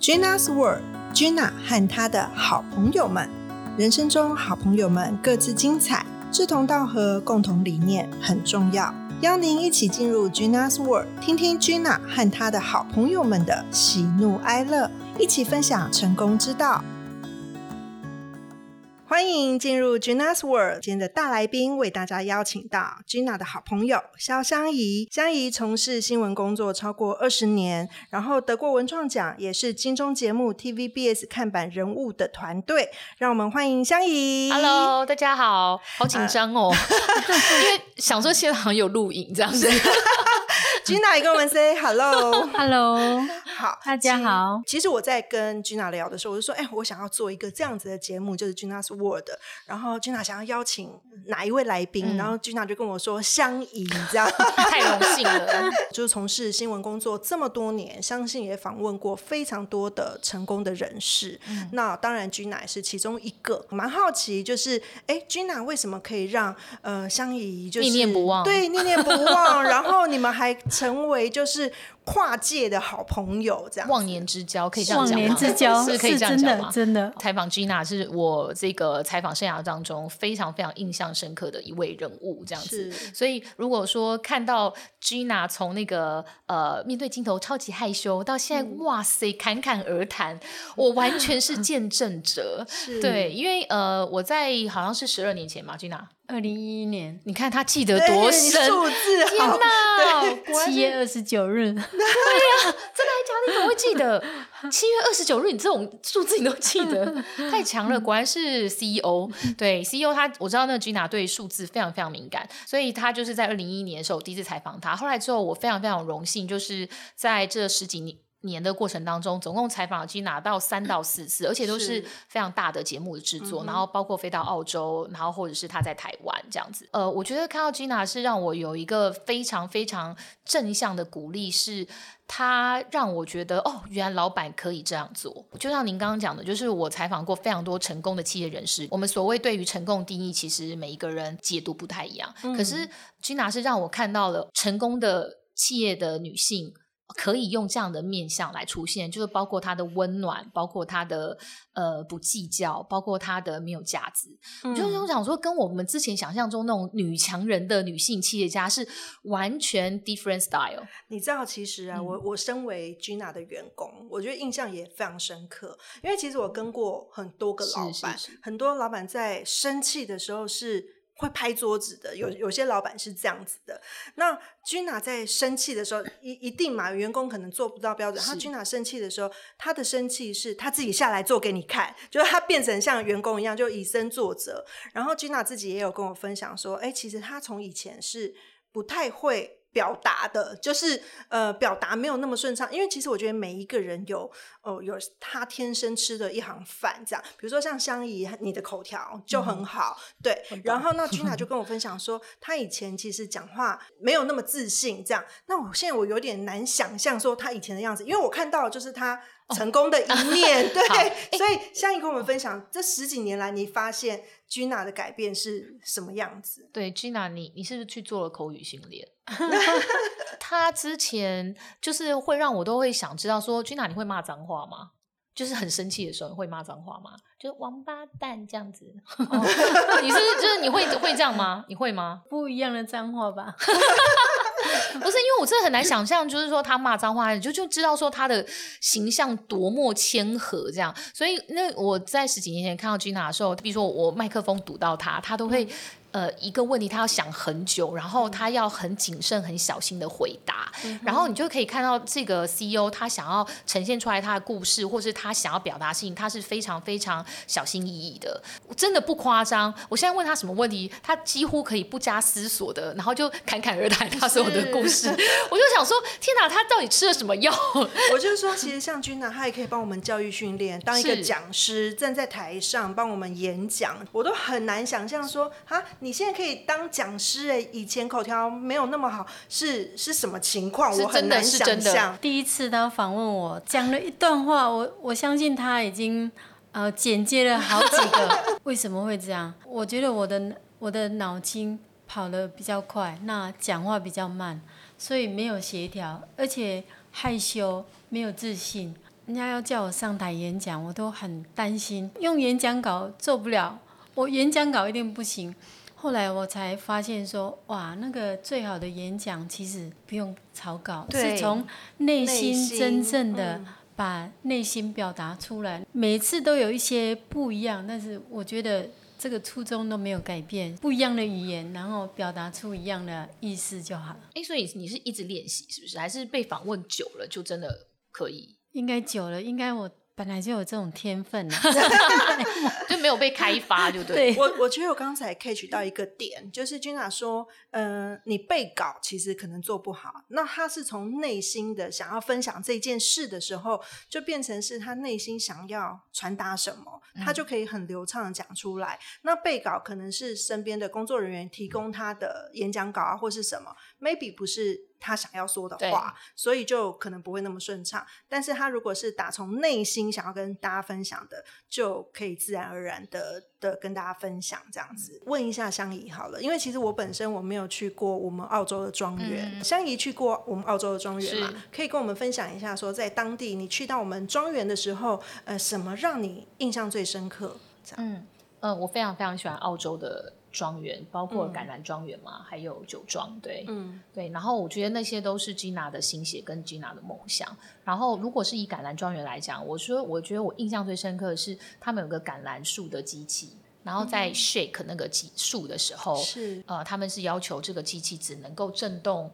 Gina's World， Gina 和她的好朋友们。人生中好朋友们各自精彩，志同道合，共同理念很重要。邀您一起进入 Gina's World， 听听 Gina 和她的好朋友们的喜怒哀乐，一起分享成功之道。欢迎进入 Gina's World， 今天的大来宾为大家邀请到 Gina 的好朋友萧香怡。香怡从事新闻工作超过20年，然后得过文创奖，也是金钟节目 TVBS 看板人物的团队。让我们欢迎香怡。 Hello， 大家好，好紧张哦，因为想说现在好像有录影这样子。 Gina 也跟我们 say hello。 好， 大家好。 其实我在跟 Gina 聊的时候，我就说我想要做一个这样子的节目，就是 Gina's World， 然后 Gina 想要邀请哪一位来宾，然后 Gina 就跟我说香怡这样。 太荣幸了。 就是从事新闻工作这么多年，相信也访问过非常多的成功的人士，那当然 Gina 也是其中一个。蛮好奇就是Gina 为什么可以让香怡就是念念不忘， 对，念念不忘然后你们还成为就是跨界的好朋友，这样忘年之交，可以这样讲吗？ 忘年之交是可以这样讲吗？ 真的。 采访 Gina 是我这个采访生涯当中非常非常印象深刻的一位人物，这样子。所以如果说看到 Gina 从那个面对镜头超级害羞，到现在哇塞侃侃而谈，我完全是见证者。对，因为我在好像是12年前嘛 ，Gina。 2011年， 你看他记得多深， 数字好， 天哪 ！7月29日， 对呀，真的还假的？你怎么会记得7月29日？你这种数字你都记得，太强了！果然是 CEO。对 CEO， 我知道那个 Gina 对数字非常非常敏感，所以他就是在2011年的时候我第一次采访他。后来之后，我非常非常荣幸，就是在这10几年的过程当中，总共采访了 Gina 到3到4次，而且都是非常大的节目的制作，然后包括飞到澳洲，然后或者是他在台湾这样子。我觉得看到 Gina 是让我有一个非常非常正向的鼓励，是他让我觉得原来老板可以这样做。就像您刚刚讲的，就是我采访过非常多成功的企业人士，我们所谓对于成功定义，其实每一个人解读不太一样，可是 Gina 是让我看到了成功的企业的女性可以用这样的面向来出现，就是包括她的温暖，包括她的不计较，包括她的没有架子。我就想说，跟我们之前想象中那种女强人的女性企业家是完全 different style。 你知道其实我身为 Gina 的员工，我觉得印象也非常深刻，因为其实我跟过很多个老板，很多老板在生气的时候是会拍桌子的，有些老板是这样子的。那 Gina 在生气的时候一定嘛，员工可能做不到标准，他 Gina 生气的时候，他的生气是他自己下来做给你看，就是他变成像员工一样就以身作则。然后 Gina 自己也有跟我分享说其实他从以前是不太会表达的，就是表达没有那么顺畅，因为其实我觉得每一个人有他天生吃的一行饭这样。比如说像香怡，你的口条就很好，对。然后那 Gina 就跟我分享说，他以前其实讲话没有那么自信这样。那我现在有点难想象说他以前的样子，因为我看到的就是他成功的一面，对。所以香怡跟我们分享这10几年来你发现 Gina 的改变是什么样子。 对 Gina， 你是不是去做了口语训练？他之前就是会让我都会想知道说 Gina 你会骂脏话吗？就是很生气的时候你会骂脏话吗？就是王八蛋这样子你就是你会这样吗？你会吗？ 不一样的脏话吧。 不是，因为我真的很难想象，就是说他骂脏话，你就知道说他的形象多么谦和这样。所以那我在10几年前看到 Gina 的时候，比如说我麦克风堵到他都会一个问题他要想很久，然后他要很谨慎很小心的回答，然后你就可以看到这个 CEO 他想要呈现出来他的故事，或是他想要表达事情，他是非常非常小心翼翼的，真的不夸张。我现在问他什么问题，他几乎可以不加思索的，然后就侃侃而谈他所有的故事。我就想说天哪，他到底吃了什么药？ 我就说其实像 Gina 他也可以帮我们教育训练，当一个讲师站在台上帮我们演讲，我都很难想象说你现在可以当讲师以前口条没有那么好是什么情况，我很难想象。 第一次他访问我讲了一段话，我相信他已经剪接了好几个。为什么会这样？我觉得我的脑筋跑得比较快，那讲话比较慢，所以没有协调，而且害羞没有自信。 人家要叫我上台演讲，我都很担心，用演讲稿做不了，我演讲稿一定不行。后来我才发现说，哇，那个最好的演讲其实不用草稿，是从内心真正的把内心表达出来。每次都有一些不一样，但是我觉得这个初衷都没有改变，不一样的语言，然后表达出一样的意思就好了。 所以你是一直练习是不是？还是被访问久了就真的可以？ 应该久了，应该我本来就有这种天分就没有被开发就对。 我觉得我刚才 catch 到一个点，就是 Gina 说你背稿其实可能做不好，那他是从内心的想要分享这件事的时候，就变成是他内心想要传达什么，他就可以很流畅的讲出来。那背稿可能是身边的工作人员提供他的演讲稿啊或是什么， maybe 不是他想要说的话，所以就可能不会那么顺畅。但是他如果是打从内心想要跟大家分享的，就可以自然而然的跟大家分享这样子。问一下香怡好了，因为其实我本身我没有去过我们澳洲的庄园，香怡去过我们澳洲的庄园嘛，可以跟我们分享一下说在当地你去到我们庄园的时候什么让你印象最深刻这样。 我非常非常喜欢澳洲的庄园，包括橄榄庄园嘛，还有酒庄，对，对。然后我觉得那些都是 Gina 的心血跟 Gina 的梦想。然后如果是以橄榄庄园来讲，我觉得我印象最深刻的是他们有个橄榄树的机器，然后在 shake 那个树的时候，他们是要求这个机器只能够震动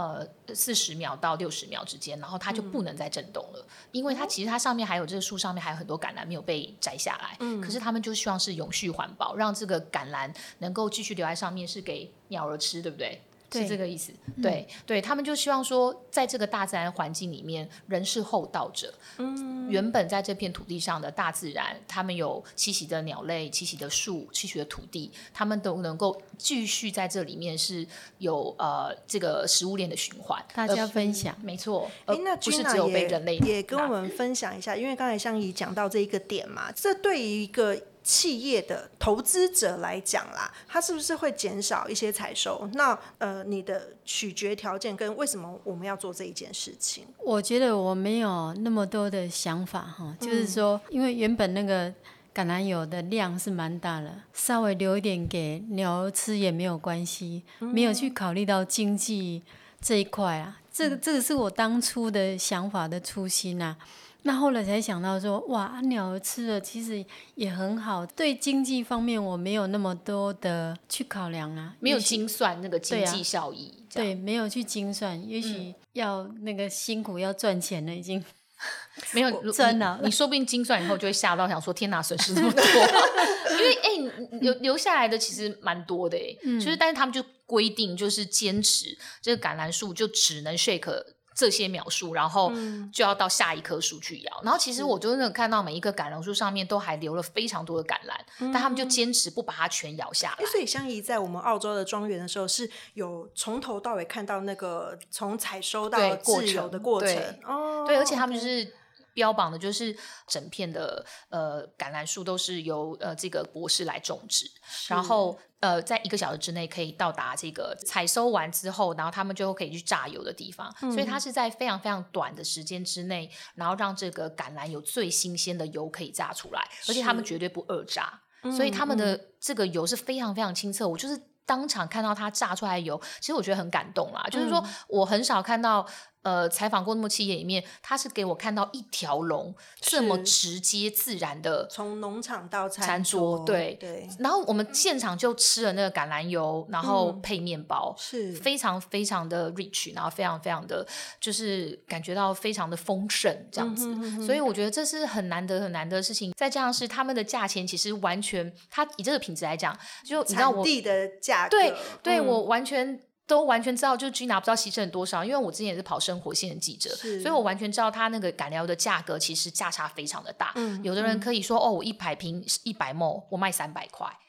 40秒到60秒之间，然后它就不能再震动了，因为它其实它上面还有这个树上面还有很多橄榄没有被摘下来，可是他们就希望是永续环保，让这个橄榄能够继续留在上面，是给鸟儿吃，对不对？是这个意思。对，他们就希望说在这个大自然环境里面，人是后道者，原本在这片土地上的大自然，他们有栖息的鸟类、栖息的树、栖息的土地，他们都能够继续在这里面是有这个食物链的循环， 大家分享。 没错。 那不是只有被人类也跟我们分享一下，因为刚才香怡讲到这一个点嘛，这对于一个企业的投资者来讲啦，它是不是会减少一些采收？那你的取决条件跟为什么我们要做这一件事情？ 我觉得我没有那么多的想法哈，就是说，因为原本那个橄榄油的量是蛮大的，稍微留一点给鸟儿吃也没有关系，没有去考虑到经济这一块啊。这个是我当初的想法的初心啊。那后来才想到说，哇，鸟儿吃了其实也很好，对经济方面我没有那么多的去考量啊， 没有精算那个经济效益， 对，没有去精算，也许要那个辛苦要赚钱了已经。 没有真的， 你说不定精算以后就会吓到，想说天哪，损失这么多。因为你留下来的其实蛮多的就是但是他们就规定就是坚持这个橄榄树就只能 shake这些描述，然后就要到下一棵树去摇。然后其实我真的看到每一个橄榄树上面都还留了非常多的橄榄，但他们就坚持不把它全摇下来。 所以香怡在我们澳洲的庄园的时候，是有从头到尾看到那个从采收到自由的过程。 对，而且他们就是标榜的就是整片的橄榄树都是由这个博士来种植，然后在1个小时之内可以到达这个采收完之后，然后他们就可以去榨油的地方，所以它是在非常非常短的时间之内，然后让这个橄榄有最新鲜的油可以榨出来，而且他们绝对不二榨，所以他们的这个油是非常非常清澈。我就是当场看到它榨出来的油，其实我觉得很感动啦，就是说我很少看到采访过那么企业里面，他是给我看到一条龙这么直接自然的， 从农场到餐桌，对。然后我们现场就吃了那个橄榄油，然后配面包，是非常非常的 rich， 然后非常非常的就是感觉到非常的丰盛这样子，所以我觉得这是很难得很难得的事情。再加上是他们的价钱其实完全，他以这个品质来讲，就你知道我产地的价格， 对，我完全知道，就是 Gina 不知道牺牲了多少，因为我之前也是跑生活线的记者，所以我完全知道他那个橄榄油的价格其实价差非常的大。有的人可以说我100瓶100ml我卖300块，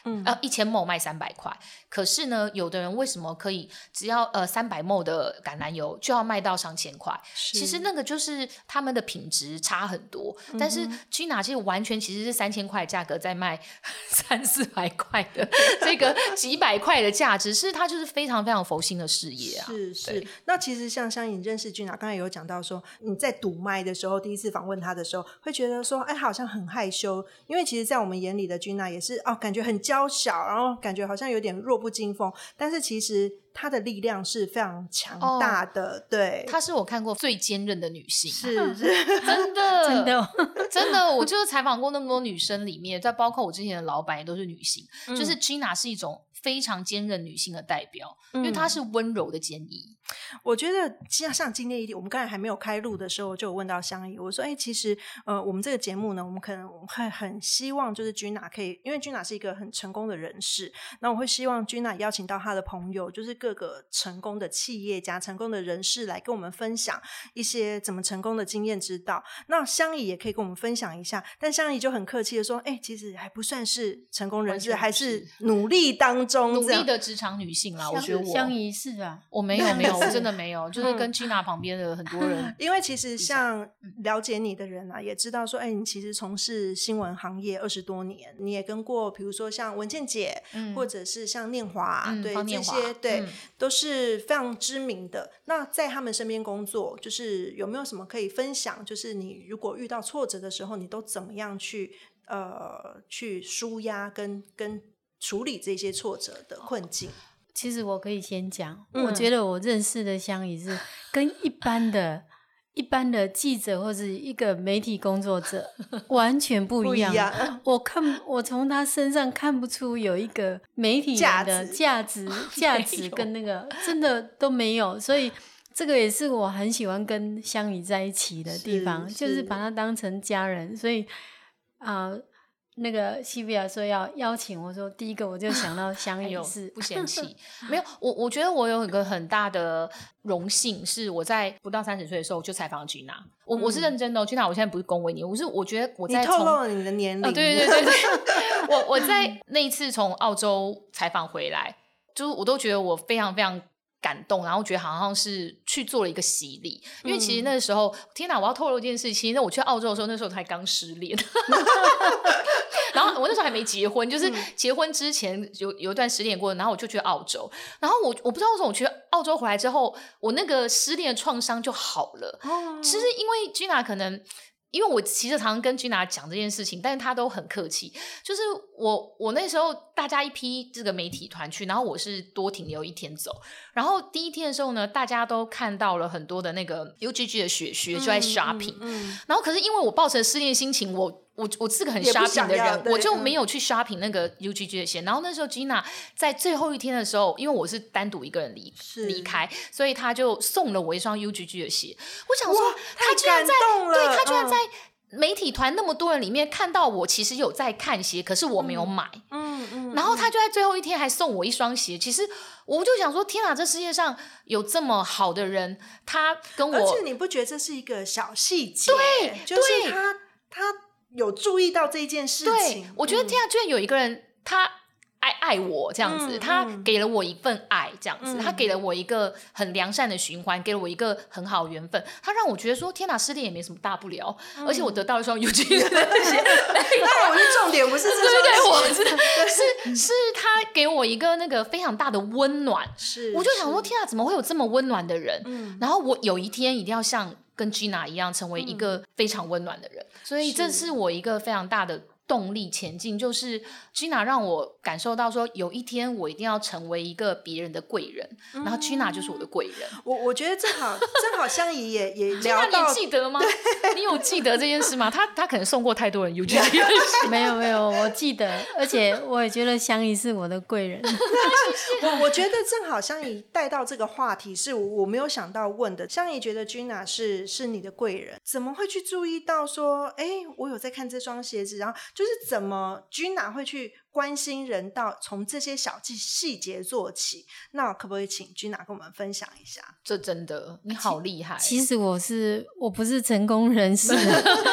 1000ml 卖300块，可是呢，有的人为什么可以只要300ml 的橄榄油就要卖到上千块？其实那个就是他们的品质差很多，但是 Gina 其实完全其实是3000块的价格在卖300-400块的这个几百块的价值，是它就是非常非常佛心的事业啊。 是。那其实像香吟认识 Gina， 刚才有讲到说你在堵麦的时候，第一次访问他的时候，会觉得说哎，好像很害羞，因为其实在我们眼里的 Gina 也是感觉很娇小，然后感觉好像有点弱不禁风，但是其实她的力量是非常强大的。对， 她是我看过最坚韧的女性， 是真的真的真的，我就是采访过那么多女生里面，再包括我之前的老板也都是女性，就是 Gina 是一种非常坚韧女性的代表，因为她是温柔的坚毅。 我觉得像今天我们刚才还没有开录的时候，就有问到香吟，我说其实我们这个节目呢，我们可能会很希望就是 Gina 可以，因为 Gina 是一个很成功的人士，那我会希望 Gina 邀请到她的朋友，就是各个成功的企业家、成功的人士来跟我们分享一些怎么成功的经验之道。那香吟也可以跟我们分享一下，但香吟就很客气的说其实还不算是成功人士，还是努力当中努力的职场女性啦。我觉得香吟是啊， 我没有我真的没有，就是跟 Gina 旁边的很多人因为其实像了解你的人啊，也知道说你其实从事新闻行业20多年，你也跟过比如说像文倩姐，或者是像念华，对，这些对，都是非常知名的。那在他们身边工作，就是有没有什么可以分享，就是你如果遇到挫折的时候，你都怎么样去抒压跟处理这些挫折的困境？ 其实我可以先讲，我觉得我认识的香吟是跟一般的记者或者一个媒体工作者完全不一样。我从他身上看不出有一个媒体人的价值跟那个真的都没有，所以这个也是我很喜欢跟香吟在一起的地方，就是把他当成家人。所以那个西比亚说要邀请我，说第一个我就想到香吟是不嫌弃没有，我觉得我有一个很大的荣幸，是我在不到30岁的时候就采访 Gina， 我是认真的Gina 我现在不是恭维你，我觉得我在你透露了你的年龄， 对我在那一次从澳洲采访回来，就是我都觉得我非常非常感动，然后觉得好像是去做了一个洗礼，因为其实那时候天哪，我要透露一件事，其实我去澳洲的时候，那时候才刚失恋然后我那时候还没结婚，就是结婚之前有一段失恋过，然后我就去澳洲，然后我不知道为什么我去澳洲回来之后，我那个失恋的创伤就好了。其实因为 Gina 可能因为我其实常常跟 Gina 讲这件事情，但是她都很客气，就是我那时候大家一批这个媒体团去，然后我是多停留1天走，然后第一天的时候呢，大家都看到了很多的那个 UGG 的雪就在 shopping，然后可是因为我抱着失恋心情，我是个很 shopping 的人，我就没有去 shopping 那个 UGG 的鞋。然后那时候 Gina 在最后一天的时候，因为我是单独一个人离开，所以他就送了我一双 UGG 的鞋。我想说，他居然他居然在媒体团那么多人里面看到我其实有在看鞋，可是我没有买。然后他就在最后一天还送我一双鞋。其实我就想说，天哪，这世界上有这么好的人，他跟我， 而且你不觉得这是一个小细节？对，就是他有注意到这件事情。 对，我觉得天啊，居然有一个人他爱我这样子，他给了我一份爱这样子，他给了我一个很良善的循环，给了我一个很好的缘分，他让我觉得说天哪，失恋也没什么大不了，而且我得到一双UGG的鞋。 但我是重点不是这双鞋， 对，我知道是他给我一个那个非常大的温暖。我就想说天哪，怎么会有这么温暖的人？然后我有一天一定要像跟 Gina 一样成为一个非常温暖的人，所以这是我一个非常大的动力前进，就是 Gina 让我感受到说有一天我一定要成为一个别人的贵人，然后 Gina 就是我的贵人。 我觉得正好香吟也聊到， 你记得吗？你有记得这件事吗？他可能送过太多人 UGG 没有，我记得，而且我也觉得香吟是我的贵人。 我觉得正好香吟带到这个话题是我没有想到问的。香吟觉得 Gina 是你的贵人，怎么会去注意到说我有在看这双鞋子，然后就是怎么 Gina 会去关心人到从这些小细节做起？那可不可以请 Gina 跟我们分享一下？ 这真的你好厉害。 其实我不是成功人士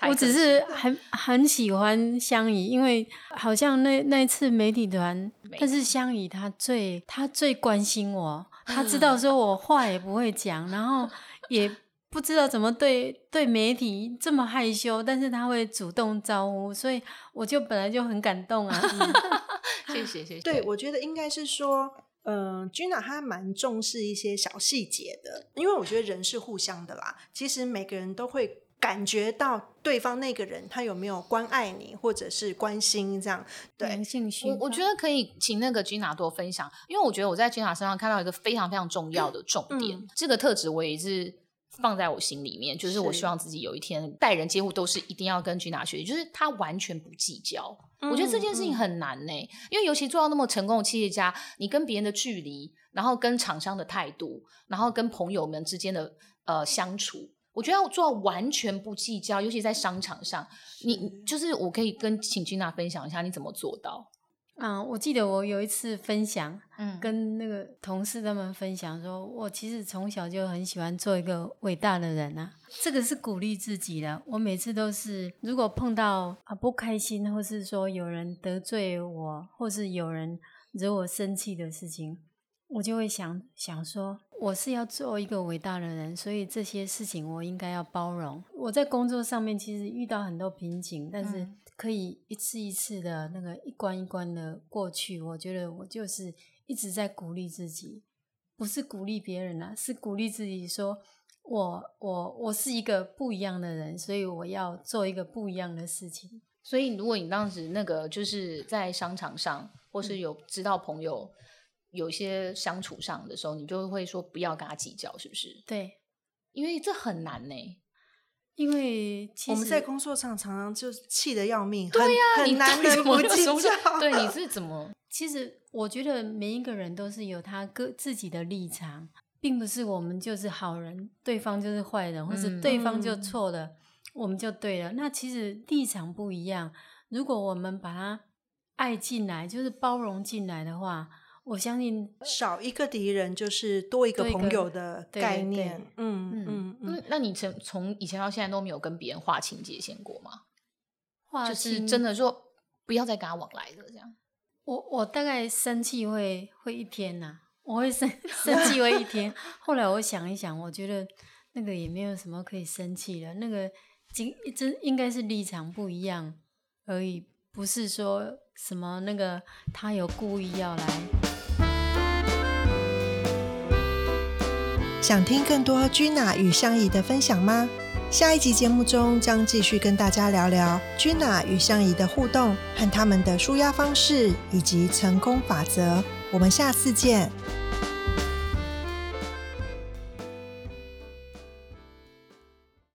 我只是很喜欢香怡，因为好像那一次媒体团，但是香怡她最关心我，她知道说我话也不会讲，然后也不知道怎么对媒体这么害羞，但是她会主动招呼，所以我就本来就很感动啊。 谢谢。 对，我觉得应该是说Gina 她蛮重视一些小细节的，因为我觉得人是互相的啦，其实每个人都会感觉到对方那个人他有没有关爱你或者是关心这样。对， 我觉得可以请那个 Gina 多分享，因为我觉得我在 Gina 身上看到一个非常非常重要的重点，这个特质我也是放在我心里面，就是我希望自己有一天待人接物都是一定要跟 Gina 学习，就是他完全不计较。我觉得这件事情很难因为尤其做到那么成功的企业家，你跟别人的距离，然后跟厂商的态度，然后跟朋友们之间的相处，我觉得要做到完全不计较，尤其在商场上，你就是我可以请 Gina 分享一下你怎么做到。 我记得我有一次分享，跟那个同事他们分享说，我其实从小就很喜欢做一个伟大的人啊，这个是鼓励自己的。我每次都是，如果碰到不开心，或是说有人得罪我，或是有人惹我生气的事情，我就会想说，我是要做一个伟大的人，所以这些事情我应该要包容。我在工作上面其实遇到很多瓶颈，但是可以一次一次的那个一关一关的过去，我觉得我就是一直在鼓励自己，不是鼓励别人是鼓励自己说我是一个不一样的人，所以我要做一个不一样的事情。 所以如果你当时那个就是在商场上或是有知道朋友有一些相处上的时候，你就会说不要跟他计较，是不是？ 对， 因为这很难因为其实我们在工作上常常就气得要命， 对呀， 很难的不计较。 对，你是怎么？ 其实我觉得每一个人都是有他自己的立场，并不是我们就是好人，对方就是坏人，或是对方就错了，我们就对了。那其实立场不一样，如果我们把他爱进来，就是包容进来的话，我相信少一个敌人就是多一个朋友的概念。 那你从以前到现在都没有跟别人划清界限过吗？就是真的说不要再跟他往来了这样。 我大概生气会一天我会生气会一天。后来我想一想，我觉得那个也没有什么可以生气的，那个应该是立场不一样而已，不是说什么那个他有故意要来。 想听更多 Gina 与香怡的分享吗？下一集节目中将继续跟大家聊聊 Gina 与香怡的互动和他们的抒压方式以及成功法则。我们下次见。